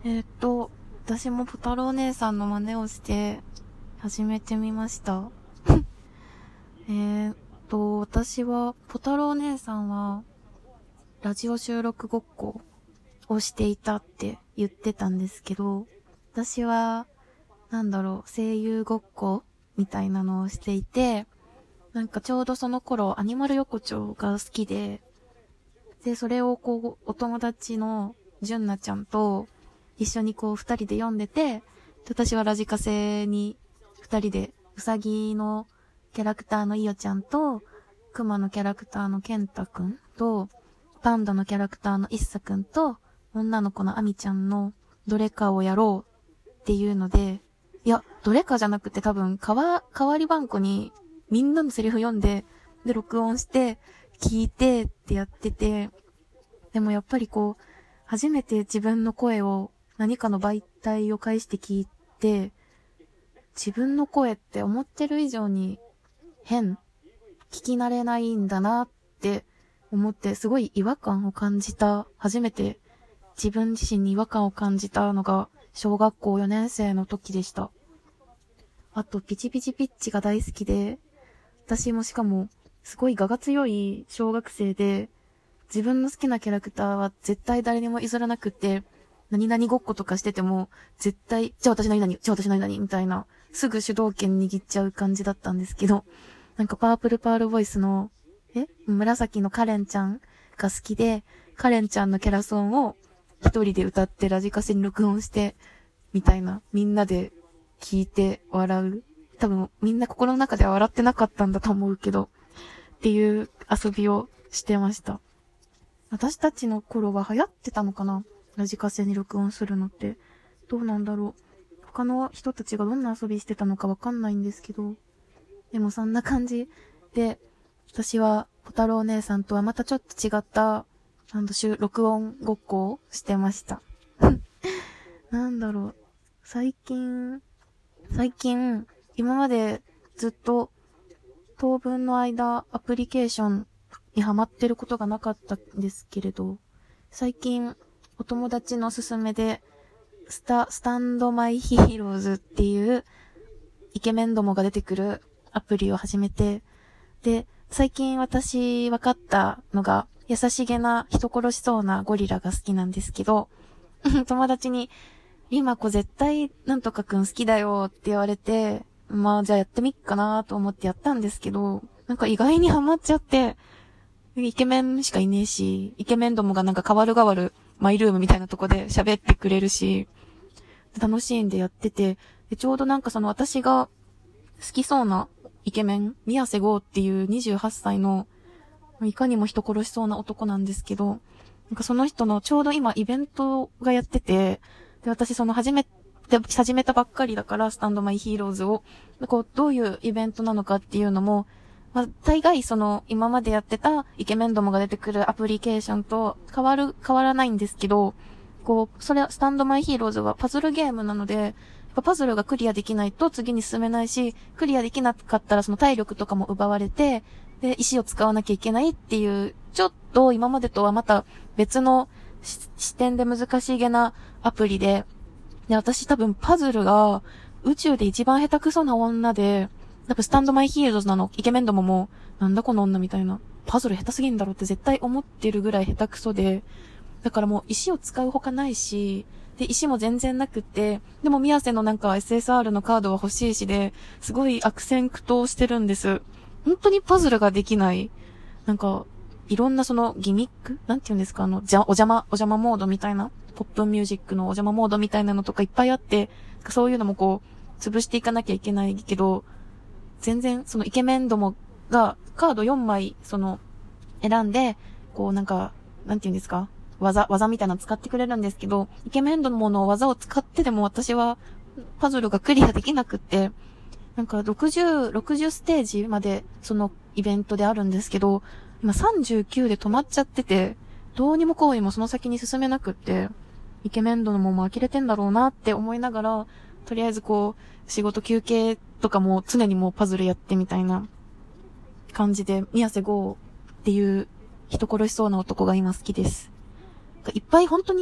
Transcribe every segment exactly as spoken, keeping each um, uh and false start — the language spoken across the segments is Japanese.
えーっと、私もポタロー姉さんの真似をして始めてみました。えーっと、私は、ポタロー姉さんは、ラジオ収録ごっこをしていたって言ってたんですけど、私は、なんだろう、声優ごっこみたいなのをしていて、なんかちょうどその頃、アニマル横丁が好きで、で、それをこう、お友達のジュンナちゃんと一緒にこう二人で読んでて、私はラジカセに二人でウサギのキャラクターのイオちゃんと、クマのキャラクターのケンタくんと、パンダのキャラクターのイッサくんと、女の子のアミちゃんのどれかをやろうっていうので、いや、どれかじゃなくて多分、かわ、代わり番号にみんなのセリフ読んで、で、録音して、聞いてってやってて、でもやっぱりこう、初めて自分の声を何かの媒体を介して聞いて、自分の声って思ってる以上に変、聞き慣れないんだなって思って、すごい違和感を感じた、初めて自分自身に違和感を感じたのが小学校よねん生の時でした。あと、ピチピチピッチが大好きで、私もしかも、すごい我が強い小学生で、自分の好きなキャラクターは絶対誰にも譲らなくって、何々ごっことかしてても、絶対、じゃあ私何々、じゃあ私何々、みたいな、すぐ主導権握っちゃう感じだったんですけど、なんかパープルパールボイスの、え紫のカレンちゃんが好きで、カレンちゃんのキャラソンを一人で歌ってラジカセに録音して、みたいな、みんなで聞いて笑う。多分みんな心の中では笑ってなかったんだと思うけど、っていう遊びをしてました。私たちの頃は流行ってたのかな？ラジカセに録音するのって。どうなんだろう。他の人たちがどんな遊びしてたのかわかんないんですけど。でもそんな感じで、私はポタロー姉さんとはまたちょっと違った、なんだ、録音ごっこをしてました。なんだろう。最近、最近、今までずっと当分の間アプリケーションにハマってることがなかったんですけれど、最近お友達の勧めでスタ、スタンドマイヒーローズっていうイケメンどもが出てくるアプリを始めて、で、最近私分かったのが優しげな人殺しそうなゴリラが好きなんですけど、友達にリマコ絶対なんとかくん好きだよって言われて、まあじゃあやってみっかなと思ってやったんですけど、なんか意外にハマっちゃって、イケメンしかいねえし、イケメンどもがなんか変わる変わるマイルームみたいなとこで喋ってくれるし、楽しんでやってて、でちょうどなんかその私が好きそうなイケメン、宮瀬剛っていうにじゅうはっさいの、いかにも人殺しそうな男なんですけど、なんかその人のちょうど今イベントがやってて、で、私その初めて、始めたばっかりだから、スタンドマイヒーローズを、こう、どういうイベントなのかっていうのも、まあ、大概その、今までやってたイケメンどもが出てくるアプリケーションと変わる、変わらないんですけど、こう、それ、スタンドマイヒーローズはパズルゲームなので、やっぱパズルがクリアできないと次に進めないし、クリアできなかったらその体力とかも奪われて、で、石を使わなきゃいけないっていう、ちょっと今までとはまた別の視点で難しげなアプリで、で、私多分パズルが宇宙で一番下手くそな女で、多分スタンドマイヒーローズなの、イケメンどもも、なんだこの女みたいな、パズル下手すぎんだろって絶対思ってるぐらい下手くそで、だからもう石を使うほかないし、で、石も全然なくって、でも宮瀬のなんか エスエスアール のカードは欲しいしで、すごい悪戦苦闘してるんです。本当にパズルができない。なんか、いろんなそのギミックなんて言うんですかあの、じゃ、お邪魔、お邪魔モードみたいな、ポップンミュージックのお邪魔モードみたいなのとかいっぱいあって、そういうのもこう、潰していかなきゃいけないけど、全然そのイケメンどもがカードよんまい、その、選んで、こうなんか、なんて言うんですか技、技みたいなの使ってくれるんですけど、イケメンどもの技を使ってでも私は、パズルがクリアできなくって、なんかろくじゅう、ろくじゅうステージまでそのイベントであるんですけど、今さんじゅうきゅうで止まっちゃってて、どうにもこうにもその先に進めなくって、イケメン度のもも呆れてんだろうなって思いながら、とりあえずこう、仕事休憩とかも常にもうパズルやってみたいな感じで、宮瀬剛っていう人殺しそうな男が今好きです。いっぱい本当に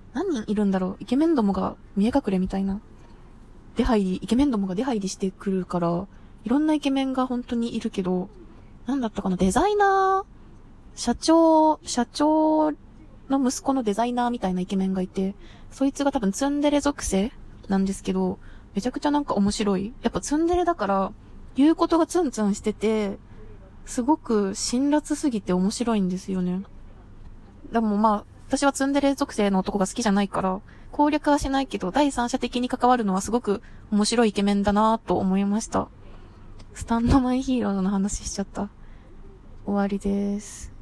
何人いるんだろう、イケメンどもが見え隠れみたいな。出入り、イケメンどもが出入りしてくるから、いろんなイケメンが本当にいるけど、なんだったかな、デザイナー、社長、社長の息子のデザイナーみたいなイケメンがいて、そいつが多分ツンデレ属性なんですけど、めちゃくちゃなんか面白い。やっぱツンデレだから、言うことがツンツンしてて、すごく辛辣すぎて面白いんですよね。でもまあ、私はツンデレ属性の男が好きじゃないから、攻略はしないけど、第三者的に関わるのはすごく面白いイケメンだなぁと思いました。スタンドマイヒーローの話しちゃった。終わりです。